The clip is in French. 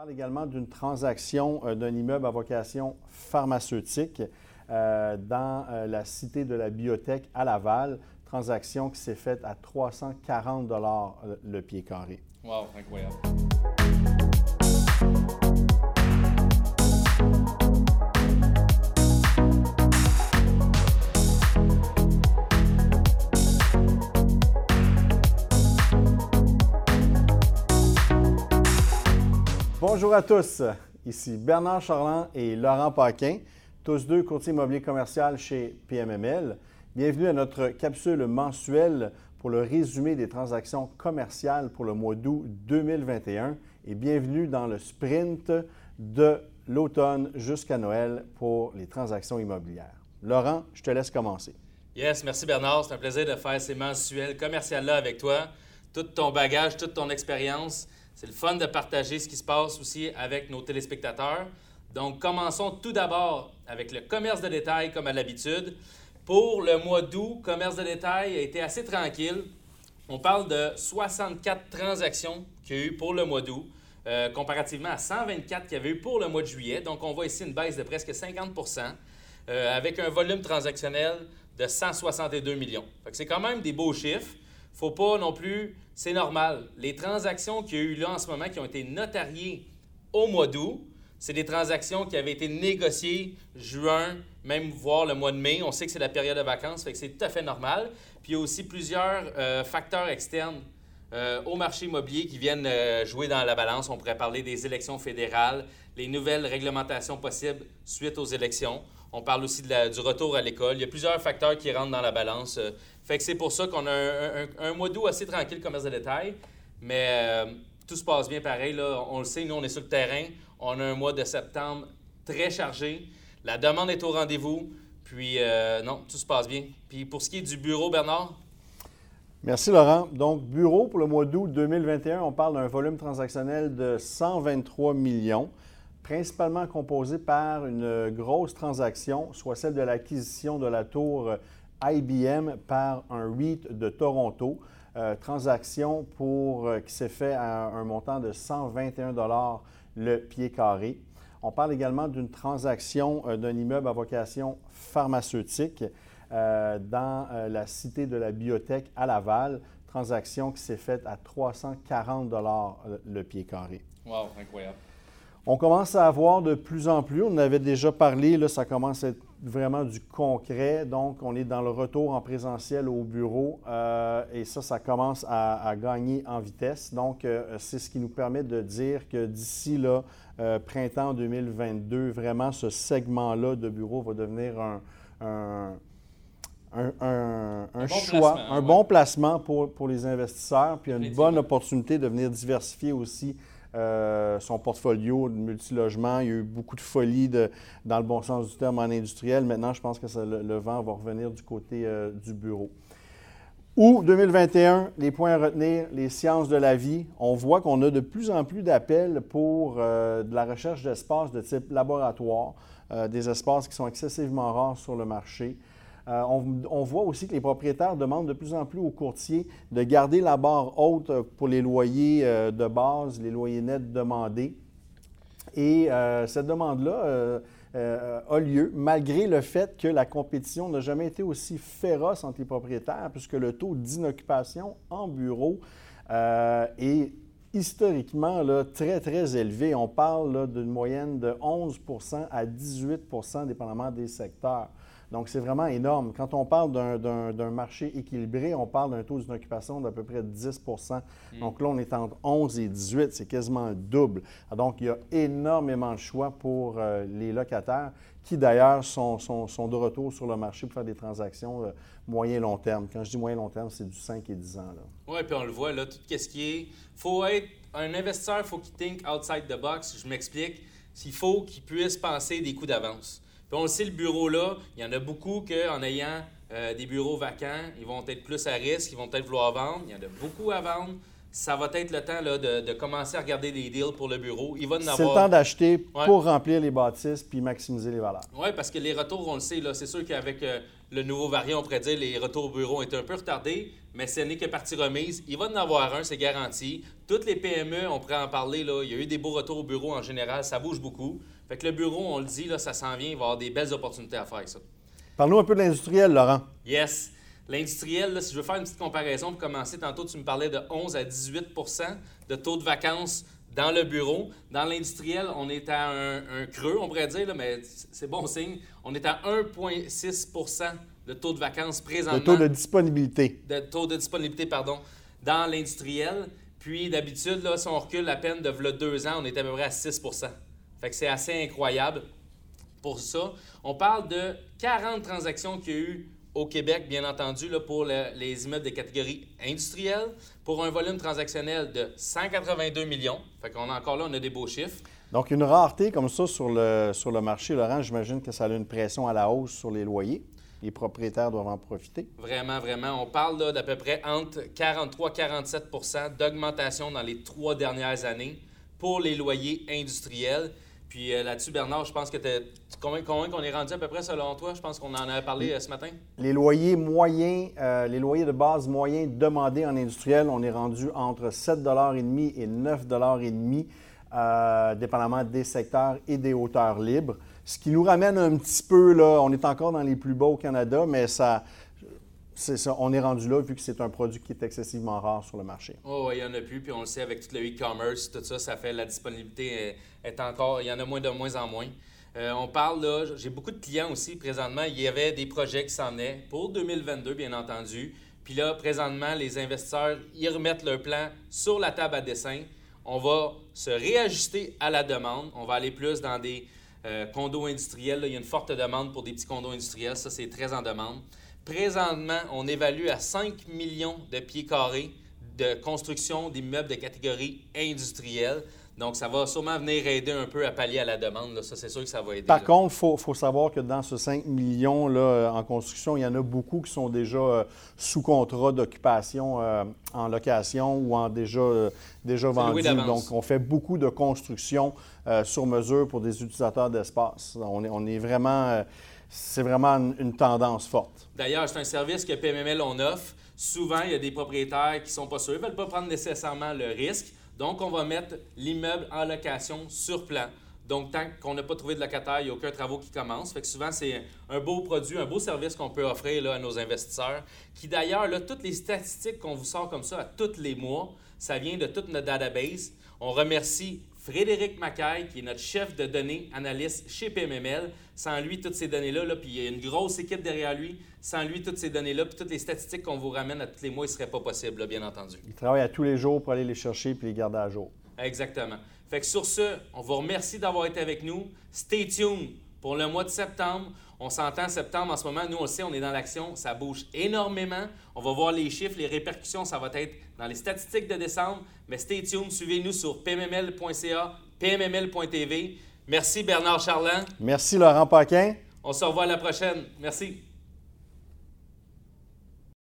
On parle également d'une transaction d'un immeuble à vocation pharmaceutique dans la Cité de la Biotech à Laval. Transaction qui s'est faite à 340 $ le pied carré. Wow, incroyable. Bonjour à tous, ici Bernard Charland et Laurent Paquin, tous deux courtiers immobiliers commerciaux chez PMML. Bienvenue à notre capsule mensuelle pour le résumé des transactions commerciales pour le mois d'août 2021 et bienvenue dans le sprint de l'automne jusqu'à Noël pour les transactions immobilières. Laurent, je te laisse commencer. Yes, merci Bernard. C'est un plaisir de faire ces mensuels commerciaux-là avec toi. Tout ton bagage, toute ton expérience. C'est le fun de partager ce qui se passe aussi avec nos téléspectateurs. Donc, commençons tout d'abord avec le commerce de détail comme à l'habitude. Pour le mois d'août, commerce de détail a été assez tranquille. On parle de 64 transactions qu'il y a eu pour le mois d'août, comparativement à 124 qu'il y avait eu pour le mois de juillet. Donc, on voit ici une baisse de presque 50 avec un volume transactionnel de 162 millions. Fait que c'est quand même des beaux chiffres. Faut pas non plus, c'est normal. Les transactions qu'il y a eu là en ce moment qui ont été notariées au mois d'août, c'est des transactions qui avaient été négociées juin, même voire le mois de mai. On sait que c'est la période de vacances, fait que c'est tout à fait normal. Puis il y a aussi plusieurs facteurs externes au marché immobilier qui viennent jouer dans la balance. On pourrait parler des élections fédérales, les nouvelles réglementations possibles suite aux élections. On parle aussi du retour à l'école. Il y a plusieurs facteurs qui rentrent dans la balance. Fait que c'est pour ça qu'on a un mois d'août assez tranquille, commerce de détail. Mais tout se passe bien pareil. Là. On le sait, nous, on est sur le terrain. On a un mois de septembre très chargé. La demande est au rendez-vous. Puis, non, tout se passe bien. Puis, pour ce qui est du bureau, Bernard? Merci, Laurent. Donc, bureau pour le mois d'août 2021, on parle d'un volume transactionnel de 123 millions, principalement composé par une grosse transaction, soit celle de l'acquisition de la tour IBM par un REIT de Toronto. Transaction qui s'est faite à un montant de 121 $ le pied carré. On parle également d'une transaction d'un immeuble à vocation pharmaceutique dans la Cité de la Biotech à Laval. Transaction qui s'est faite à 340 $ le pied carré. Wow, incroyable. On commence à avoir de plus en plus, on en avait déjà parlé, là, ça commence à être vraiment du concret. Donc, on est dans le retour en présentiel au bureau et ça commence à gagner en vitesse. Donc, c'est ce qui nous permet de dire que d'ici là, printemps 2022, vraiment, ce segment-là de bureau va devenir un choix, un bon placement pour les investisseurs, puis une bonne opportunité de venir diversifier aussi son portfolio de multilogement. Il y a eu beaucoup de folie dans le bon sens du terme en industriel. Maintenant, je pense que le vent va revenir du côté du bureau. Août 2021, les points à retenir, les sciences de la vie. On voit qu'on a de plus en plus d'appels pour de la recherche d'espaces de type laboratoire, des espaces qui sont excessivement rares sur le marché. On voit aussi que les propriétaires demandent de plus en plus aux courtiers de garder la barre haute pour les loyers de base, les loyers nets demandés. Et cette demande-là a lieu malgré le fait que la compétition n'a jamais été aussi féroce entre les propriétaires, puisque le taux d'inoccupation en bureau est historiquement là, très, très élevé. On parle d'une moyenne de 11 à 18 % dépendamment des secteurs. Donc, c'est vraiment énorme. Quand on parle d'un marché équilibré, on parle d'un taux d'inoccupation d'à peu près 10 %. Donc là, on est entre 11 et 18, c'est quasiment le double. Donc, il y a énormément de choix pour les locataires qui, d'ailleurs, sont de retour sur le marché pour faire des transactions moyen-long terme. Quand je dis moyen-long terme, c'est du 5 et 10 ans. Oui, puis on le voit, là, tout ce qui est... Faut être un investisseur, il faut qu'il think outside the box. Je m'explique. Il faut qu'il puisse penser des coups d'avance. Puis on le sait, le bureau-là, il y en a beaucoup qu'en ayant des bureaux vacants, ils vont être plus à risque, ils vont peut-être vouloir vendre. Il y en a beaucoup à vendre. ça va être le temps là, de commencer à regarder des deals pour le bureau. Il va en avoir... C'est le temps d'acheter pour remplir les bâtisses puis maximiser les valeurs. Oui, parce que les retours, on le sait, là, c'est sûr qu'avec le nouveau variant, on pourrait dire les retours au bureau ont été un peu retardés, mais ce n'est que partie remise. Il va en avoir un, c'est garanti. Toutes les PME, on pourrait en parler, là, il y a eu des beaux retours au bureau en général, ça bouge beaucoup. Fait que le bureau, on le dit, là, ça s'en vient, il va y avoir des belles opportunités à faire avec ça. Parle-nous un peu de l'industriel, Laurent. Yes. L'industriel, là, si je veux faire une petite comparaison pour commencer, tantôt tu me parlais de 11 à 18 de taux de vacances dans le bureau. Dans l'industriel, on est à un creux, on pourrait dire, là, mais c'est bon signe. On est à 1,6 de taux de vacances présentement. Le taux de disponibilité. Taux de disponibilité, pardon, dans l'industriel. Puis d'habitude, là, si on recule à peine de 2 ans, on est à peu près à 6 Fait que c'est assez incroyable pour ça. On parle de 40 transactions qu'il y a eu au Québec, bien entendu, là, pour les immeubles de catégorie industrielle, pour un volume transactionnel de 182 millions. Fait qu'on a encore là, on a des beaux chiffres. Donc, une rareté comme ça sur le marché, Laurent, j'imagine que ça a une pression à la hausse sur les loyers. Les propriétaires doivent en profiter. Vraiment, vraiment. On parle là, d'à peu près entre 43 et 47 d'augmentation dans les 3 dernières années pour les loyers industriels. Puis là-dessus, Bernard, je pense que tu es convaincu qu'on est rendu à peu près selon toi. Je pense qu'on en avait parlé ce matin. Les loyers moyens, les loyers de base moyens demandés en industriel, on est rendu entre 7,5 et 9,5 dépendamment des secteurs et des hauteurs libres. Ce qui nous ramène un petit peu, là, on est encore dans les plus bas au Canada, mais on est rendu là vu que c'est un produit qui est excessivement rare sur le marché. Oh, il n'y en a plus, puis on le sait avec tout le e-commerce, tout ça, ça fait la disponibilité est encore, il y en a de moins en moins. On parle là, j'ai beaucoup de clients aussi présentement, il y avait des projets qui s'en venaient pour 2022, bien entendu. Puis là, présentement, les investisseurs, ils remettent leur plan sur la table à dessin. On va se réajuster à la demande. On va aller plus dans des condos industriels. Là, il y a une forte demande pour des petits condos industriels. Ça, c'est très en demande. Présentement, on évalue à 5 millions de pieds carrés de construction d'immeubles de catégorie industrielle. Donc, ça va sûrement venir aider un peu à pallier à la demande. Là. Ça, c'est sûr que ça va aider. Par contre, il faut savoir que dans ce 5 millions là, en construction, il y en a beaucoup qui sont déjà sous contrat d'occupation en location ou en déjà vendus. Donc, on fait beaucoup de construction sur mesure pour des utilisateurs d'espace. On est vraiment... c'est vraiment une tendance forte. D'ailleurs, c'est un service que PMML on offre. Souvent, il y a des propriétaires qui ne sont pas sûrs, ils ne veulent pas prendre nécessairement le risque. Donc, on va mettre l'immeuble en location sur plan. Donc, tant qu'on n'a pas trouvé de locataire, il n'y a aucun travaux qui commence. Fait que souvent, c'est un beau produit, un beau service qu'on peut offrir là, à nos investisseurs. Qui d'ailleurs, là, toutes les statistiques qu'on vous sort comme ça à tous les mois, ça vient de toute notre database. On remercie Frédéric Macaille, qui est notre chef de données analyste chez PMML. Sans lui, toutes ces données-là, puis il y a une grosse équipe derrière lui. Sans lui, toutes ces données-là, puis toutes les statistiques qu'on vous ramène à tous les mois, ce ne serait pas possible, là, bien entendu. Il travaille à tous les jours pour aller les chercher puis les garder à jour. Exactement. Fait que sur ce, on vous remercie d'avoir été avec nous. Stay tuned pour le mois de septembre. On s'entend septembre en ce moment. Nous, on le sait, on est dans l'action. Ça bouge énormément. On va voir les chiffres, les répercussions. Ça va être dans les statistiques de décembre. Mais stay tuned. Suivez-nous sur pmml.ca, pmml.tv. Merci Bernard Charland. Merci Laurent Paquin. On se revoit à la prochaine. Merci.